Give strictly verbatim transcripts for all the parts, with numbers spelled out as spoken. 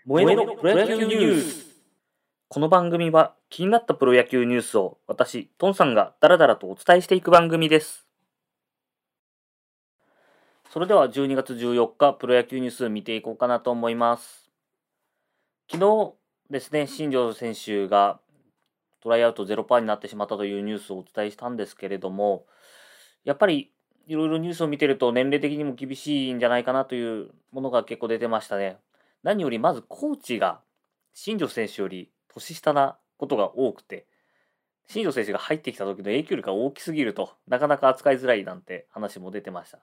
萌えのプロ野球ニュース。この番組は気になったプロ野球ニュースを私、トンさんがダラダラとお伝えしていく番組です。それではじゅうにがつじゅうよっかプロ野球ニュース見ていこうかなと思います。昨日ですね、新庄選手がトライアウトゼロパーセントになってしまったというニュースをお伝えしたんですけれども、やっぱりいろいろニュースを見てると年齢的にも厳しいんじゃないかなというものが結構出てましたね。何よりまずコーチが新庄選手より年下なことが多くて、新庄選手が入ってきた時の影響力が大きすぎるとなかなか扱いづらいなんて話も出てました。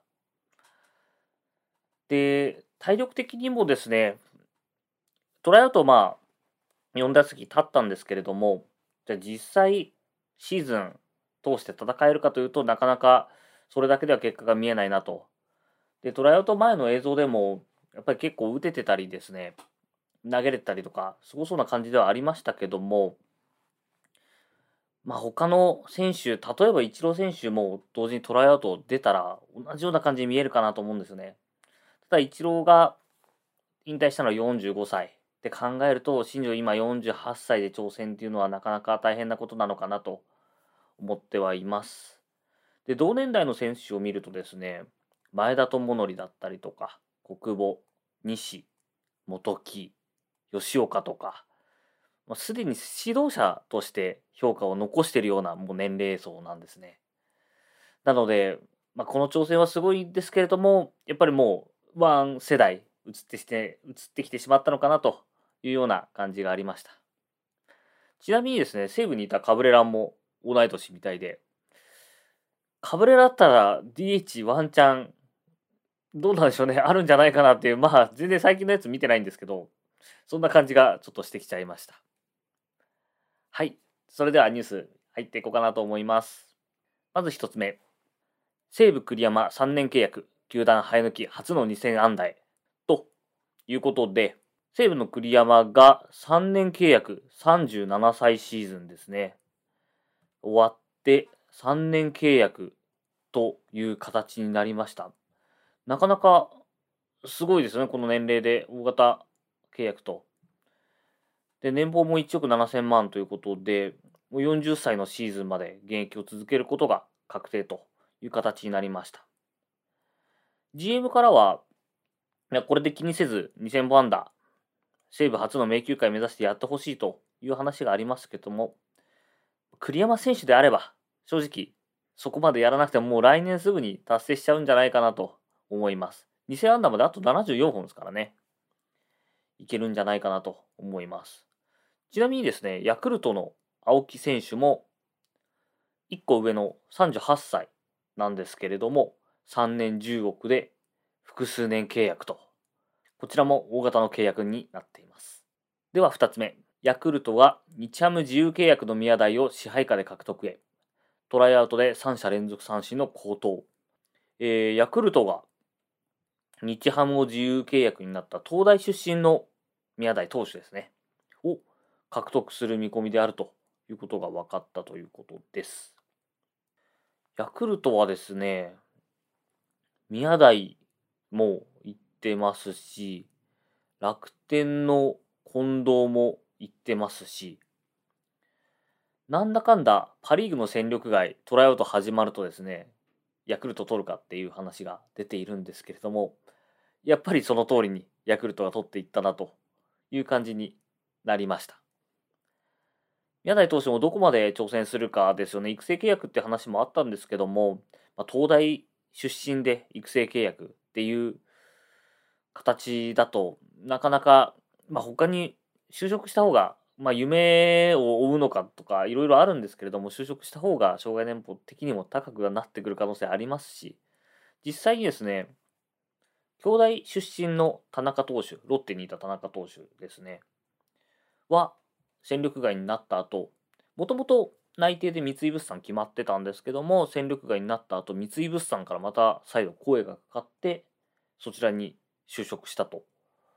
で、体力的にもですね、トライアウトまあよん打席立ったんですけれども、じゃあ実際シーズン通して戦えるかというとなかなかそれだけでは結果が見えないなと。で、トライアウト前の映像でもやっぱり結構打ててたりですね、投げれたりとかすごそうな感じではありましたけども、まあ他の選手、例えばイチロー選手も同時にトライアウト出たら同じような感じに見えるかなと思うんですよね。ただイチローが引退したのはよんじゅうごさいって考えると、新庄今よんじゅうはっさいで挑戦っていうのはなかなか大変なことなのかなと思ってはいます。で、同年代の選手を見るとですね、前田智則だったりとか、国保、西、元木、吉岡とか、まあ、すでに指導者として評価を残しているようなもう年齢層なんですね。なので、まあ、この挑戦はすごいですけれども、やっぱりもうワン世代移ってきて、移ってきてしまったのかなというような感じがありました。ちなみにですね、西武にいたカブレランも同い年みたいで、カブレラだったら ディーエイチ ワンチャン、どうなんでしょうね、あるんじゃないかなっていう、まあ全然最近のやつ見てないんですけど、そんな感じがちょっとしてきちゃいました。はい。それではニュース入っていこうかなと思います。まず一つ目。西武栗山さんねん契約、球団生え抜き初のにせん安打へ。ということで、西武の栗山がさんねん契約さんじゅうななさいシーズンですね。終わってさんねん契約という形になりました。なかなかすごいですね、この年齢で大型契約と。で、年俸もいちおくななせん万ということで、もうよんじゅっさいのシーズンまで現役を続けることが確定という形になりました。ジーエム からは、いやこれで気にせずにせんぼ安打、西武初の名球会目指してやってほしいという話がありますけども、栗山選手であれば、正直、そこまでやらなくてももう来年すぐに達成しちゃうんじゃないかなと思います。にせん安打まであとななじゅうよんほんですからね。いけるんじゃないかなと思います。ちなみにですね、ヤクルトの青木選手もいっこ上のさんじゅうはっさいなんですけれども、さんねんじゅうおくで複数年契約と、こちらも大型の契約になっています。ではふたつめ、ヤクルトが日ハム自由契約の宮台を支配下で獲得へ。トライアウトでさん者連続三振の好投。えー、ヤクルトが日ハムを自由契約になった東大出身の宮台投手ですね。を獲得する見込みであるということが分かったということです。ヤクルトはですね、宮台も行ってますし、楽天の近藤も行ってますし、なんだかんだパ・リーグの戦力外、トライアウト始まるとですね、ヤクルト取るかっていう話が出ているんですけれども、やっぱりその通りにヤクルトが取っていったなという感じになりました。宮台投手もどこまで挑戦するかですよね。育成契約って話もあったんですけども、まあ、東大出身で育成契約っていう形だとなかなか、まあ、他に就職した方が、まあ、夢を追うのかとかいろいろあるんですけれども、就職した方が障害年俸的にも高くなってくる可能性ありますし、実際にですね、兄弟出身の田中投手、ロッテにいた田中投手ですね、は戦力外になった後、もともと内定で三井物産決まってたんですけども、戦力外になった後、三井物産からまた再度声がかかって、そちらに就職したと。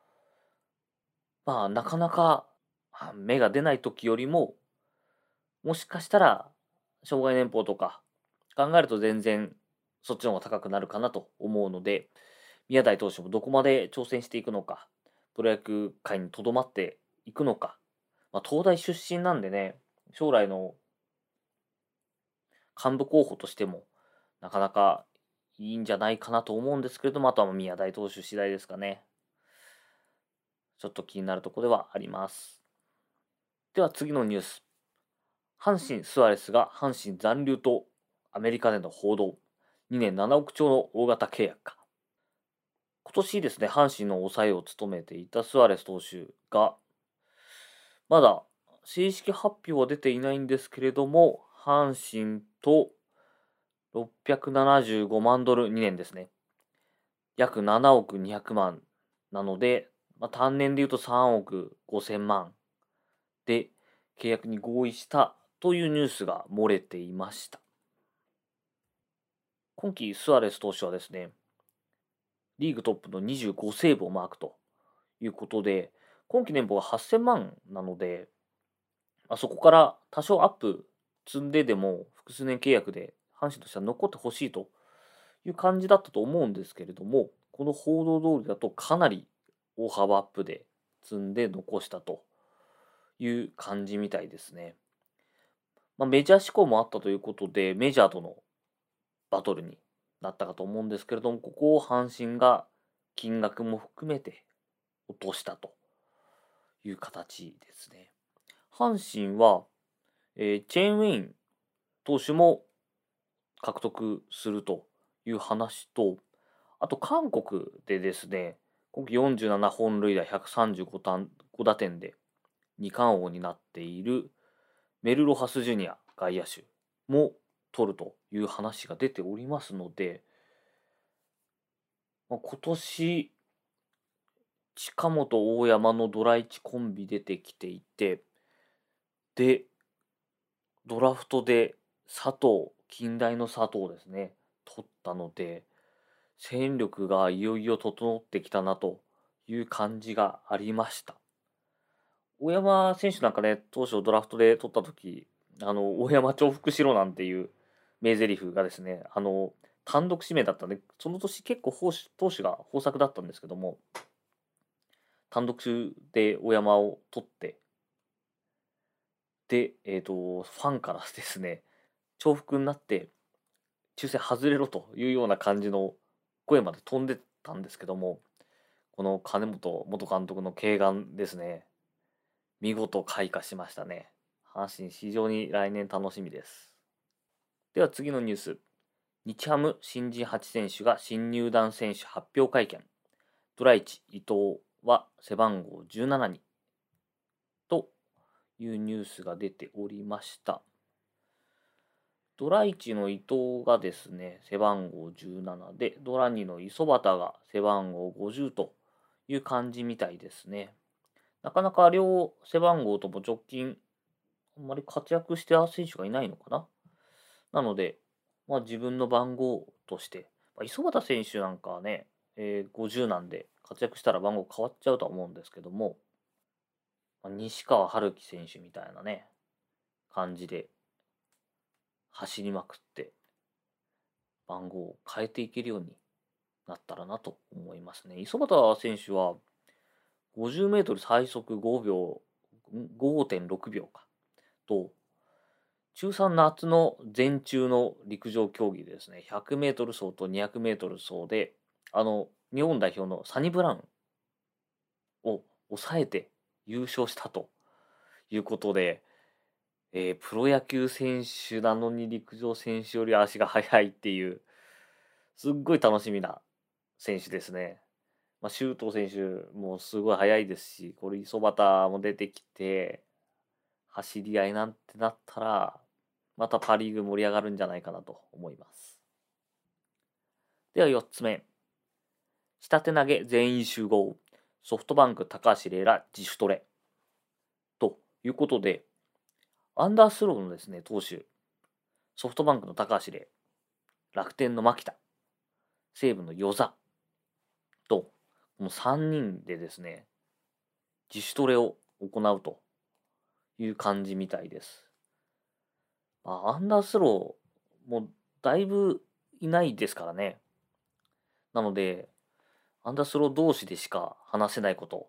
まあ、なかなかあ芽が出ない時よりも、もしかしたら、障害年俸とか考えると全然そっちの方が高くなるかなと思うので、宮台投手もどこまで挑戦していくのか、 プロ野球界にとどまっていくのか、まあ、東大出身なんでね、将来の幹部候補としても、なかなかいいんじゃないかなと思うんですけれども、あとは宮台投手次第ですかね。ちょっと気になるところではあります。では次のニュース。阪神スアレスが阪神残留とアメリカでの報道。にねんななおくちょうの大型契約か。今年ですね、阪神の抑えを務めていたスアレス投手が、まだ正式発表は出ていないんですけれども、阪神とろっぴゃくななじゅうごまんドル、にねんですね。約ななおくにひゃくまんなので、まあ、単年で言うとさんおくごせんまんで契約に合意したというニュースが漏れていました。今季スアレス投手はですね、リーグトップのにじゅうごセーブをマークということで、今季年俸がはっせんまんなので、まあ、そこから多少アップ積んででも複数年契約で阪神としては残ってほしいという感じだったと思うんですけれども、この報道通りだとかなり大幅アップで積んで残したという感じみたいですね。まあ、メジャー志向もあったということで、メジャーとのバトルになったかと思うんですけれども、ここを阪神が金額も含めて落としたという形ですね。阪神は、えーチェーンウェイン投手も獲得するという話と、あと韓国でですね、今季よんじゅうななほん塁打ひゃくさんじゅうごたんご打点で二冠王になっているメルロハスジュニア外野手も取るという話が出ておりますので、まあ、今年近本大山のドラいちコンビ出てきていて、で、ドラフトで佐藤、近代の佐藤ですね、取ったので、戦力がいよいよ整ってきたなという感じがありました。大山選手なんかね、当初ドラフトで取った時、あの、大山重複しろなんていう名台詞がですね、あの、単独指名だったんで、その年結構投手投手が豊作だったんですけども、単独で大山を取って、で、えっ、と、ファンからですね、重複になって、抽選外れろというような感じの声まで飛んでたんですけども、この金本元監督の慶願ですね、見事開花しましたね。阪神非常に来年楽しみです。では次のニュース。日ハム新人はち選手が新入団選手発表会見。ドラいち伊藤は背番号じゅうななにというニュースが出ておりました。ドラいちの伊藤がですね、背番号じゅうななで、ドラにの磯端が背番号ごじゅうという感じみたいですね。なかなか両背番号とも直近、あんまり活躍してる選手がいないのかな。なので、まあ、自分の番号として、まあ、磯端選手なんかはね、えーごじゅうなんで活躍したら番号変わっちゃうとは思うんですけども、まあ、西川春樹選手みたいなね、感じで走りまくって番号を変えていけるようになったらなと思いますね。磯端選手はごじゅうメートル最速ごびょう、ごてんろくびょうかと、中さん夏の全中の陸上競技でですね、ひゃくメートル走とにひゃくメートル走で、あの、日本代表のサニブラウンを抑えて優勝したということで、えープロ野球選手なのに陸上選手より足が速いっていう、すっごい楽しみな選手ですね。まあ、周東選手もすごい速いですし、これ磯端も出てきて、走り合いなんてなったら、またパ・リーグ盛り上がるんじゃないかなと思います。ではよっつめ。下手投げ全員集合。ソフトバンク高橋礼ら自主トレ。ということで、アンダースローのですね、投手、ソフトバンクの高橋礼、楽天の牧田、西武の與座と、このさんにんでですね、自主トレを行うという感じみたいです。まあ、アンダースローもだいぶいないですからね。なので、アンダースロー同士でしか話せないこと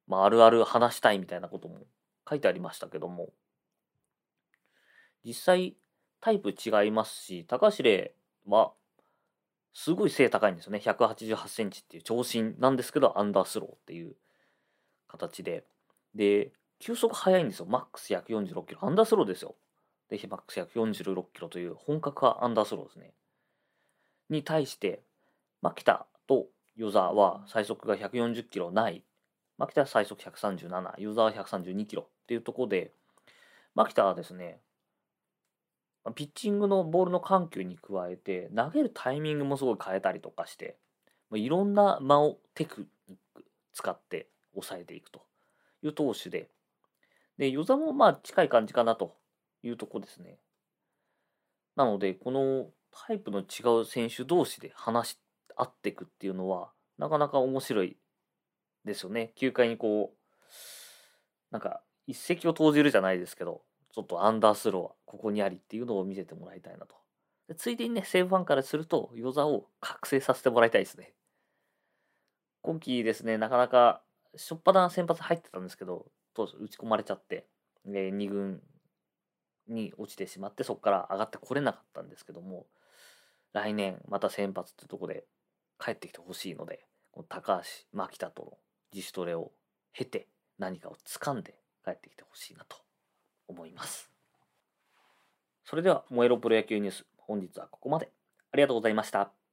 まあ、あるある話したいみたいなことも書いてありましたけども、実際タイプ違いますし、高橋礼はすごい背高いんですよね。ひゃくはちじゅうはちセンチっていう長身なんですけど、アンダースローっていう形で。で、球速速いんですよ。マックスひゃくよんじゅうろっキロ。アンダースローですよ。で、マックスひゃくよんじゅうろっキロという本格派アンダースローですね。に対して、牧田と與座は最速がひゃくよんじゅっキロない。牧田は最速ひゃくさんじゅうなな、與座はひゃくさんじゅうにキロっていうところで、牧田はですね、ピッチングのボールの緩急に加えて、投げるタイミングもすごい変えたりとかして、いろんな間をテクニック使って抑えていくという投手で、で、與座もまあ近い感じかなというとこですね。なので、このタイプの違う選手同士で話し合っていくっていうのは、なかなか面白いですよね。球界にこう、なんか一石を投じるじゃないですけど、ちょっとアンダースローはここにありっていうのを見せてもらいたいなと。でついでにね、西武ファンからすると、與座を覚醒させてもらいたいですね。今季ですね、なかなか、初っ端先発入ってたんですけど、当初打ち込まれちゃって、で、に軍に落ちてしまって、そこから上がってこれなかったんですけども、来年また先発ってとこで帰ってきてほしいので、この高橋、牧田との自主トレを経て、何かを掴んで帰ってきてほしいなと思います。それでは、燃えろプロ野球ニュース、本日はここまで。ありがとうございました。